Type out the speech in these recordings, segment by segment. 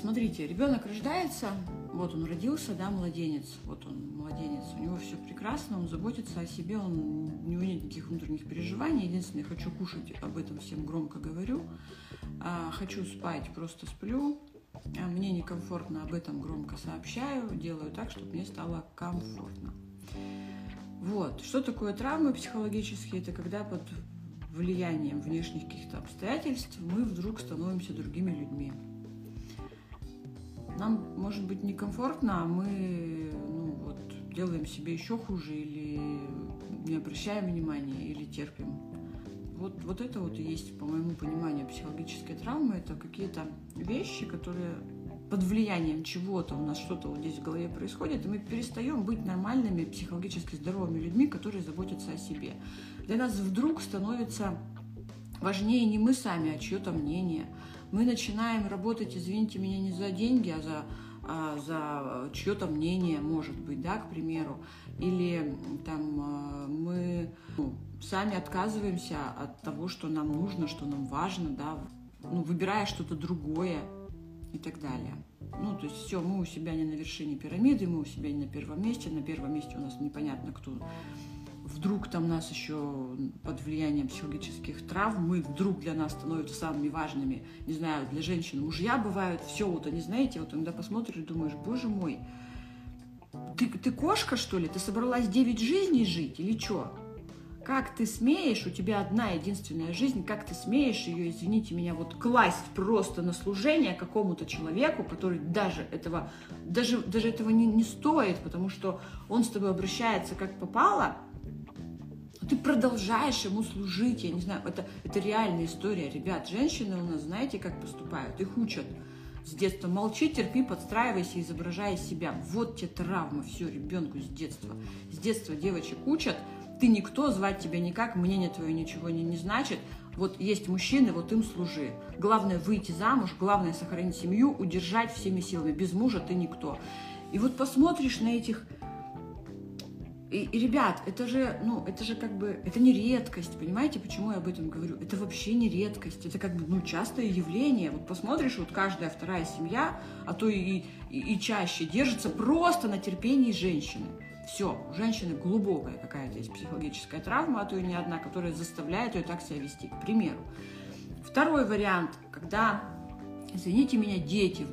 Смотрите, ребенок рождается, вот он родился, да, младенец, вот он младенец, у него все прекрасно, он заботится о себе, у него нет никаких внутренних переживаний, единственное, хочу кушать, об этом всем громко говорю, хочу спать, просто сплю, мне некомфортно, об этом громко сообщаю, делаю так, чтобы мне стало комфортно. Вот, что такое травмы психологические? Это когда под влиянием внешних каких-то обстоятельств мы вдруг становимся другими людьми. Нам может быть некомфортно, а мы делаем себе еще хуже или не обращаем внимания, или терпим. Вот это вот и есть, по моему пониманию, психологические травмы. Это какие-то вещи, которые под влиянием чего-то, у нас что-то вот здесь в голове происходит, и мы перестаем быть нормальными, психологически здоровыми людьми, которые заботятся о себе. Для нас вдруг становится важнее не мы сами, а чье-то мнение. Мы начинаем работать, извините меня, не за деньги, а за чье-то мнение, может быть, да, к примеру. Или там мы сами отказываемся от того, что нам нужно, что нам важно, да, выбирая что-то другое и так далее. То есть все, мы у себя не на вершине пирамиды, мы у себя не на первом месте у нас непонятно кто. Вдруг там нас еще под влиянием психологических травм, мы вдруг для нас становятся самыми важными, не знаю, для женщин мужья бывают, все, вот они, знаете, вот иногда посмотришь и думаешь, боже мой, ты кошка, что ли? Ты собралась 9 жизней жить или что? Как ты смеешь, у тебя одна единственная жизнь, как ты смеешь ее, извините меня, вот класть просто на служение какому-то человеку, который даже этого не стоит, потому что он с тобой обращается как попало, ты продолжаешь ему служить, я не знаю, это реальная история, ребят. Женщины у нас, знаете, как поступают? Их учат с детства. Молчи, терпи, подстраивайся, изображай себя. Вот тебе травма, все, ребенку с детства. С детства девочек учат, ты никто, звать тебя никак, мнение твое ничего не значит. Вот есть мужчины, вот им служи. Главное выйти замуж, главное сохранить семью, удержать всеми силами. Без мужа ты никто. И вот посмотришь на этих... И, ребят, это же как бы, это не редкость, понимаете, почему я об этом говорю? Это вообще не редкость, это как бы, частое явление. Вот посмотришь, вот каждая вторая семья, а то и чаще, держится просто на терпении женщины. Все, у женщины глубокая какая-то есть психологическая травма, а то и не одна, которая заставляет ее так себя вести, к примеру. Второй вариант, когда... Извините меня, дети,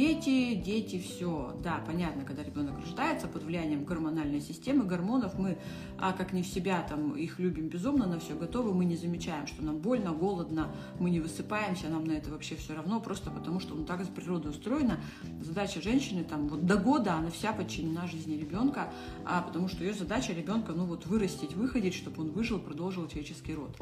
все. Да, понятно, когда ребенок рождается под влиянием гормональной системы, гормонов, мы, как не в себя, там, их любим безумно, на все готовы, мы не замечаем, что нам больно, голодно, мы не высыпаемся, нам на это вообще все равно, просто потому что так природа устроена. Задача женщины там, вот, до года она вся подчинена жизни ребенка, потому что ее задача ребенка вырастить, выходить, чтобы он выжил, продолжил человеческий род.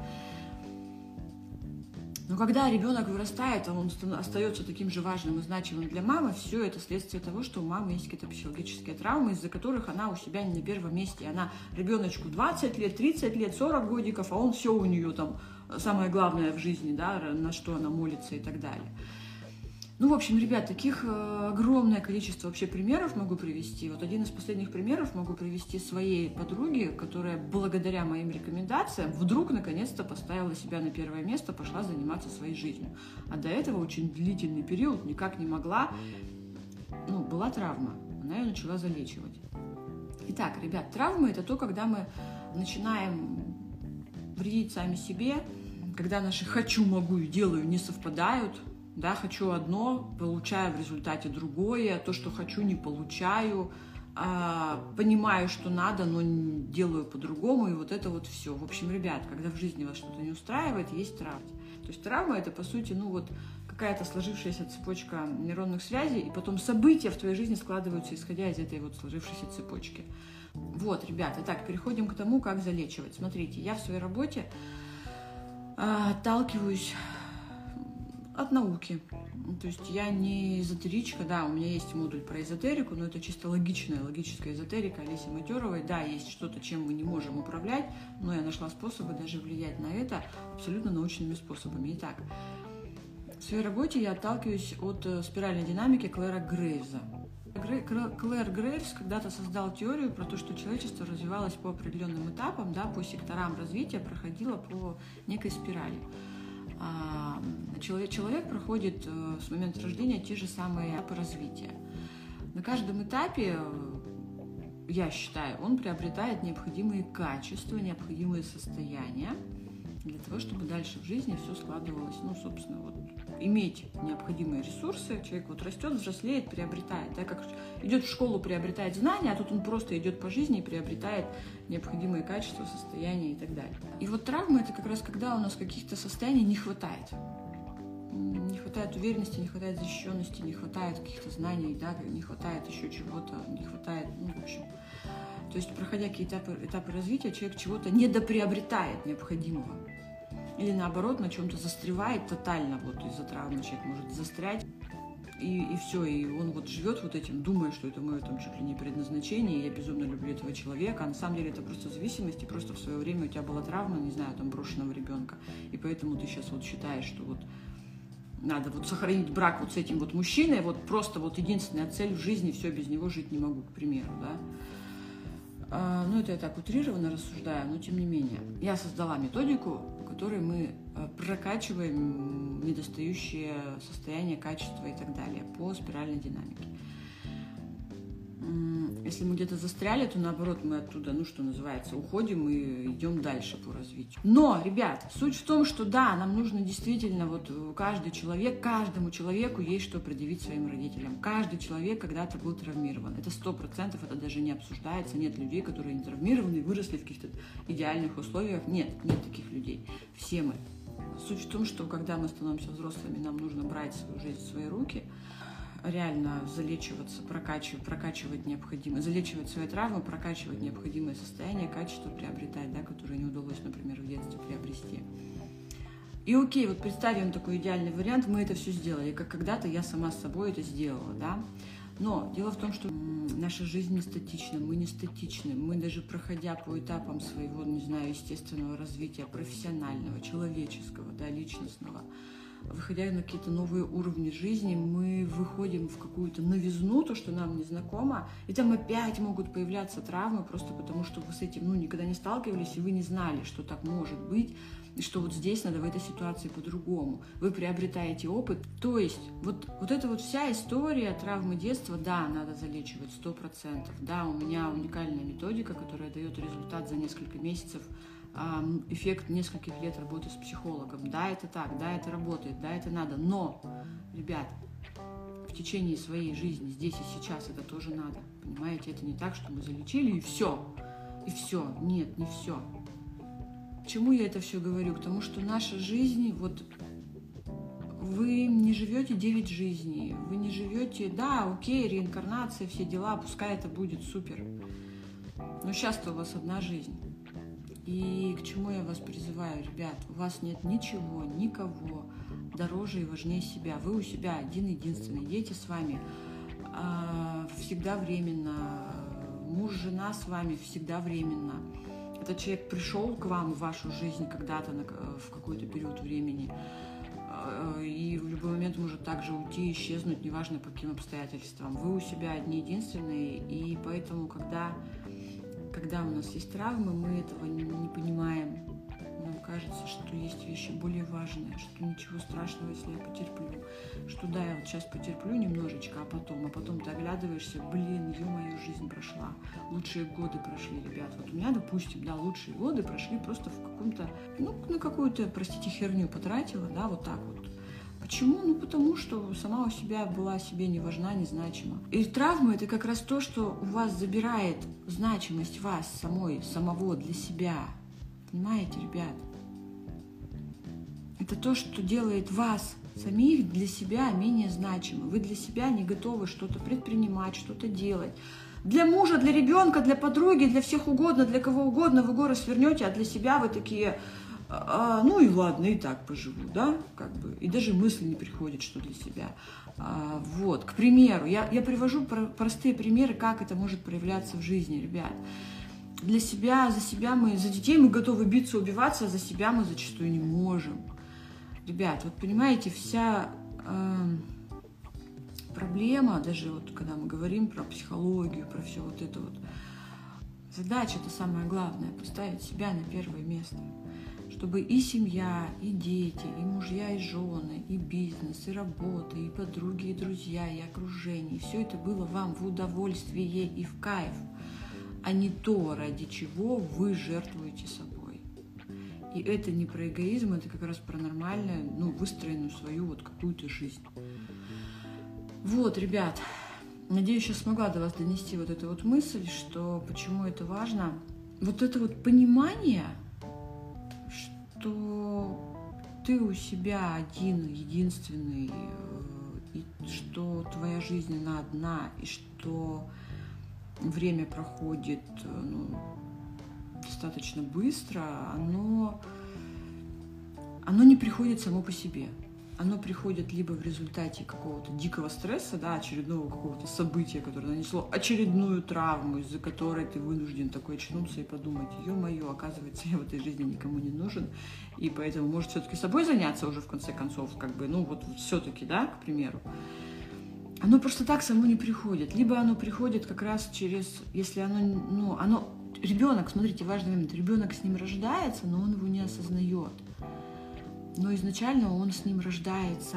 Но когда ребенок вырастает, он остается таким же важным и значимым для мамы, все это следствие того, что у мамы есть какие-то психологические травмы, из-за которых она у себя не на первом месте. Она ребеночку 20 лет, 30 лет, 40 годиков, а он все у нее там самое главное в жизни, да, на что она молится и так далее. В общем, ребят, таких огромное количество вообще примеров могу привести. Вот один из последних примеров могу привести своей подруги, которая благодаря моим рекомендациям вдруг наконец-то поставила себя на первое место, пошла заниматься своей жизнью. А до этого очень длительный период никак не могла. Была травма, она ее начала залечивать. Итак, ребят, травмы – это то, когда мы начинаем вредить сами себе, когда наши «хочу, могу и делаю» не совпадают. Да, хочу одно, получаю в результате другое, то, что хочу, не получаю, понимаю, что надо, но делаю по-другому, и вот это вот все. В общем, ребят, когда в жизни вас что-то не устраивает, есть травма. То есть травма – это, по сути, какая-то сложившаяся цепочка нейронных связей, и потом события в твоей жизни складываются, исходя из этой вот сложившейся цепочки. Вот, ребят, итак, переходим к тому, как залечивать. Смотрите, я в своей работе отталкиваюсь от науки. То есть я не эзотеричка, да, у меня есть модуль про эзотерику, но это чисто логическая эзотерика Олеси Матеровой. Да, есть что-то, чем мы не можем управлять, но я нашла способы даже влиять на это абсолютно научными способами. Итак, в своей работе я отталкиваюсь от спиральной динамики Клэра Грейвза. Клэр Грейвс когда-то создал теорию про то, что человечество развивалось по определенным этапам, да, по секторам развития, проходило по некой спирали. Человек проходит с момента рождения те же самые этапы развития. На каждом этапе, я считаю, он приобретает необходимые качества, необходимые состояния для того, чтобы дальше в жизни все складывалось, собственно, иметь необходимые ресурсы. Человек растет, взрослеет, приобретает. Так как идет в школу, приобретает знания, а тут он просто идет по жизни и приобретает необходимые качества, состояния и так далее. И травма — это как раз когда у нас каких-то состояний не хватает. Не хватает уверенности, не хватает защищенности, не хватает каких-то знаний, не хватает еще чего-то, не хватает, в общем. То есть, проходя какие-то этапы развития, человек чего-то недоприобретает необходимого. Или наоборот, на чем-то застревает тотально, из-за травмы человек может застрять, и все, и он живет этим, думая, что это мое чуть ли не предназначение, и я безумно люблю этого человека, а на самом деле это просто зависимость, и просто в свое время у тебя была травма, не знаю, брошенного ребенка, и поэтому ты сейчас считаешь, что надо сохранить брак с этим мужчиной, просто единственная цель в жизни, все, без него жить не могу, к примеру, да. Это я так утрированно рассуждаю, но тем не менее. Я создала методику, в которой мы прокачиваем недостающие состояния, качества и так далее по спиральной динамике. Если мы где-то застряли, то наоборот мы оттуда, что называется, уходим и идем дальше по развитию. Но, ребят, суть в том, что да, нам нужно действительно, каждому человеку есть что предъявить своим родителям. Каждый человек когда-то был травмирован. Это 100%, это даже не обсуждается. Нет людей, которые не травмированы и выросли в каких-то идеальных условиях. Нет таких людей. Все мы. Суть в том, что когда мы становимся взрослыми, нам нужно брать свою жизнь в свои руки, реально залечиваться, прокачивать необходимое, залечивать свои травмы, прокачивать необходимое состояние, качество приобретать, которые не удалось, например, в детстве приобрести. И окей, представим такой идеальный вариант, мы это все сделали, как когда-то я сама с собой это сделала, да. Но дело в том, что наша жизнь не статична, мы не статичны, мы даже проходя по этапам своего, естественного развития, профессионального, человеческого, личностного, выходя на какие-то новые уровни жизни, мы выходим в какую-то новизну, то, что нам не знакомо, и там опять могут появляться травмы, просто потому что вы с этим никогда не сталкивались, и вы не знали, что так может быть, и что здесь надо в этой ситуации по-другому. Вы приобретаете опыт. То есть эта вся история травмы детства, да, надо залечивать 100%. Да, у меня уникальная методика, которая дает результат за несколько месяцев, эффект нескольких лет работы с психологом. Да, это так, да, это работает, да, это надо. Но, ребят, в течение своей жизни, здесь и сейчас это тоже надо. Понимаете, это не так, что мы залечили и все. И все. Нет, не все. Почему я это все говорю? К тому, что наша жизнь, вы не живете 9 жизней, вы не живете, да, окей, реинкарнация, все дела, пускай это будет супер. Но сейчас-то у вас одна жизнь. И к чему я вас призываю, ребят? У вас нет ничего, никого дороже и важнее себя. Вы у себя один-единственный. Дети с вами всегда временно. Муж, жена с вами всегда временно. Этот человек пришел к вам в вашу жизнь когда-то в какой-то период времени. И в любой момент может также уйти, исчезнуть, неважно по каким обстоятельствам. Вы у себя одни-единственные. И поэтому, когда у нас есть травмы, мы этого не понимаем. Нам кажется, что есть вещи более важные, что ничего страшного, если я потерплю. Что да, я сейчас потерплю немножечко, а потом ты оглядываешься, ё-моё, жизнь прошла. Лучшие годы прошли, ребят. У меня, допустим, да, лучшие годы прошли просто в каком-то, на какую-то, простите, херню потратила, да, так. Почему? Потому что сама у себя была себе не важна, не значима. И травма — это как раз то, что у вас забирает значимость вас самого для себя. Понимаете, ребят? Это то, что делает вас самих для себя менее значимы. Вы для себя не готовы что-то предпринимать, что-то делать. Для мужа, для ребенка, для подруги, для всех угодно, для кого угодно вы горы свернете, а для себя вы такие... и ладно, и так поживу, да, и даже мысли не приходит, что для себя. К примеру, я привожу простые примеры, как это может проявляться в жизни, ребят. Для себя, за детей мы готовы биться, убиваться, а за себя мы зачастую не можем. Ребят, понимаете, вся проблема, даже когда мы говорим про психологию, про все задача-то самое главное — поставить себя на первое место. чтобы и семья, и дети, и мужья, и жены, и бизнес, и работа, и подруги, и друзья, и окружение, и все это было вам в удовольствие и в кайф, а не то, ради чего вы жертвуете собой. И это не про эгоизм, это как раз про нормальную, выстроенную свою вот какую-то жизнь. Вот, ребят, надеюсь, я смогла до вас донести вот эту вот мысль, что почему это важно. Вот это вот понимание, что ты у себя один, единственный, и что твоя жизнь она одна, и что время проходит достаточно быстро, оно не приходит само по себе. Оно приходит либо в результате какого-то дикого стресса, да, очередного какого-то события, которое нанесло очередную травму, из-за которой ты вынужден такой очнуться и подумать: ё-моё, оказывается, я в этой жизни никому не нужен, и поэтому, может, все-таки собой заняться уже в конце концов, все-таки, да, к примеру. Оно просто так само не приходит. Либо оно приходит как раз через, если ребенок, смотрите, важный момент, ребенок с ним рождается, но он его не осознает. Но изначально он с ним рождается.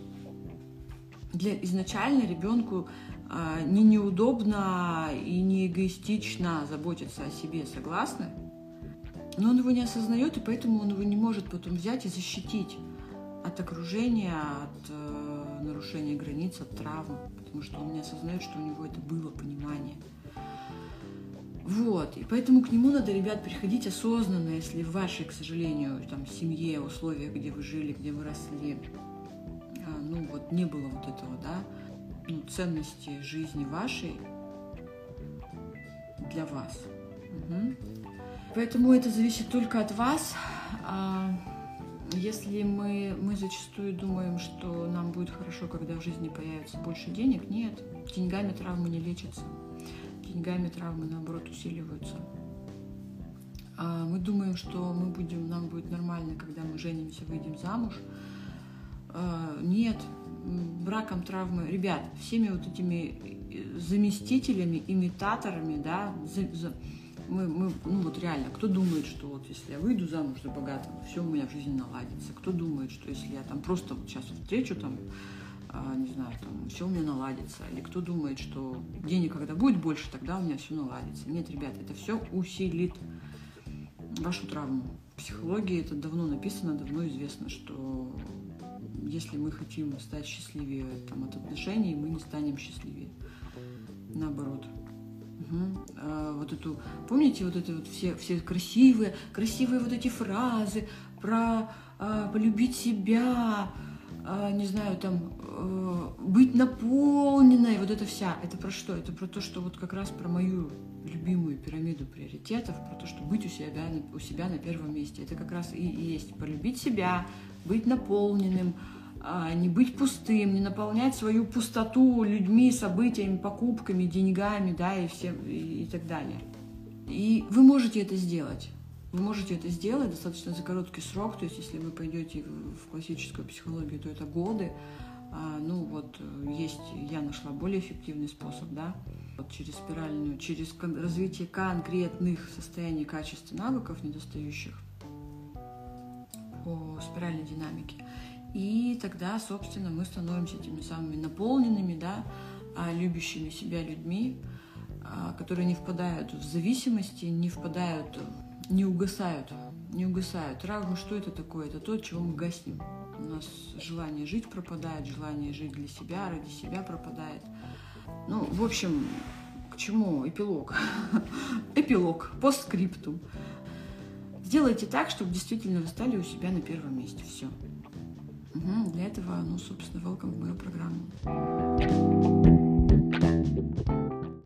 Изначально ребенку не неудобно и не эгоистично заботиться о себе, согласны? Но он его не осознает, и поэтому он его не может потом взять и защитить от окружения, от нарушения границ, от травм, потому что он не осознает, что у него это было понимание. Вот, и поэтому к нему надо, ребят, приходить осознанно, если в вашей, к сожалению, семье, условиях, где вы жили, где вы росли, не было вот этого, да, ценности жизни вашей для вас. Угу. Поэтому это зависит только от вас. Если мы зачастую думаем, что нам будет хорошо, когда в жизни появится больше денег, нет, деньгами травмы не лечатся. Деньгами травмы, наоборот, усиливаются. Мы думаем, что нам будет нормально, когда мы женимся, выйдем замуж. Нет, браком травмы. Ребят, всеми вот этими заместителями, имитаторами, да, реально, кто думает, что вот если я выйду замуж за богатого, все у меня в жизни наладится. Кто думает, что если я просто сейчас встречу все у меня наладится. Или кто думает, что денег, когда будет больше, тогда у меня все наладится. Нет, ребят, это все усилит вашу травму. В психологии это давно написано, давно известно, что если мы хотим стать счастливее от отношений, мы не станем счастливее. Наоборот. Угу. Помните все красивые вот эти фразы про полюбить себя, быть наполненной, вот это вся. Это про что? Это про то, что вот как раз про мою любимую пирамиду приоритетов, про то, что быть у себя на первом месте. Это как раз и есть полюбить себя, быть наполненным, не быть пустым, не наполнять свою пустоту людьми, событиями, покупками, деньгами, да, и так далее. И вы можете это сделать. Вы можете это сделать достаточно за короткий срок, то есть если вы пойдете в классическую психологию, то это годы. Я нашла более эффективный способ, да, через развитие конкретных состояний, качеств и навыков недостающих по спиральной динамике. И тогда, собственно, мы становимся теми самыми наполненными, да, любящими себя людьми, которые не впадают в зависимости, не угасают. Травма, что это такое? Это то, от чего мы гаснем. У нас желание жить пропадает, желание жить для себя, ради себя пропадает. В общем, к чему эпилог? Эпилог, постскриптум. Сделайте так, чтобы действительно вы стали у себя на первом месте. Все. Для этого, собственно, welcome в мою программу.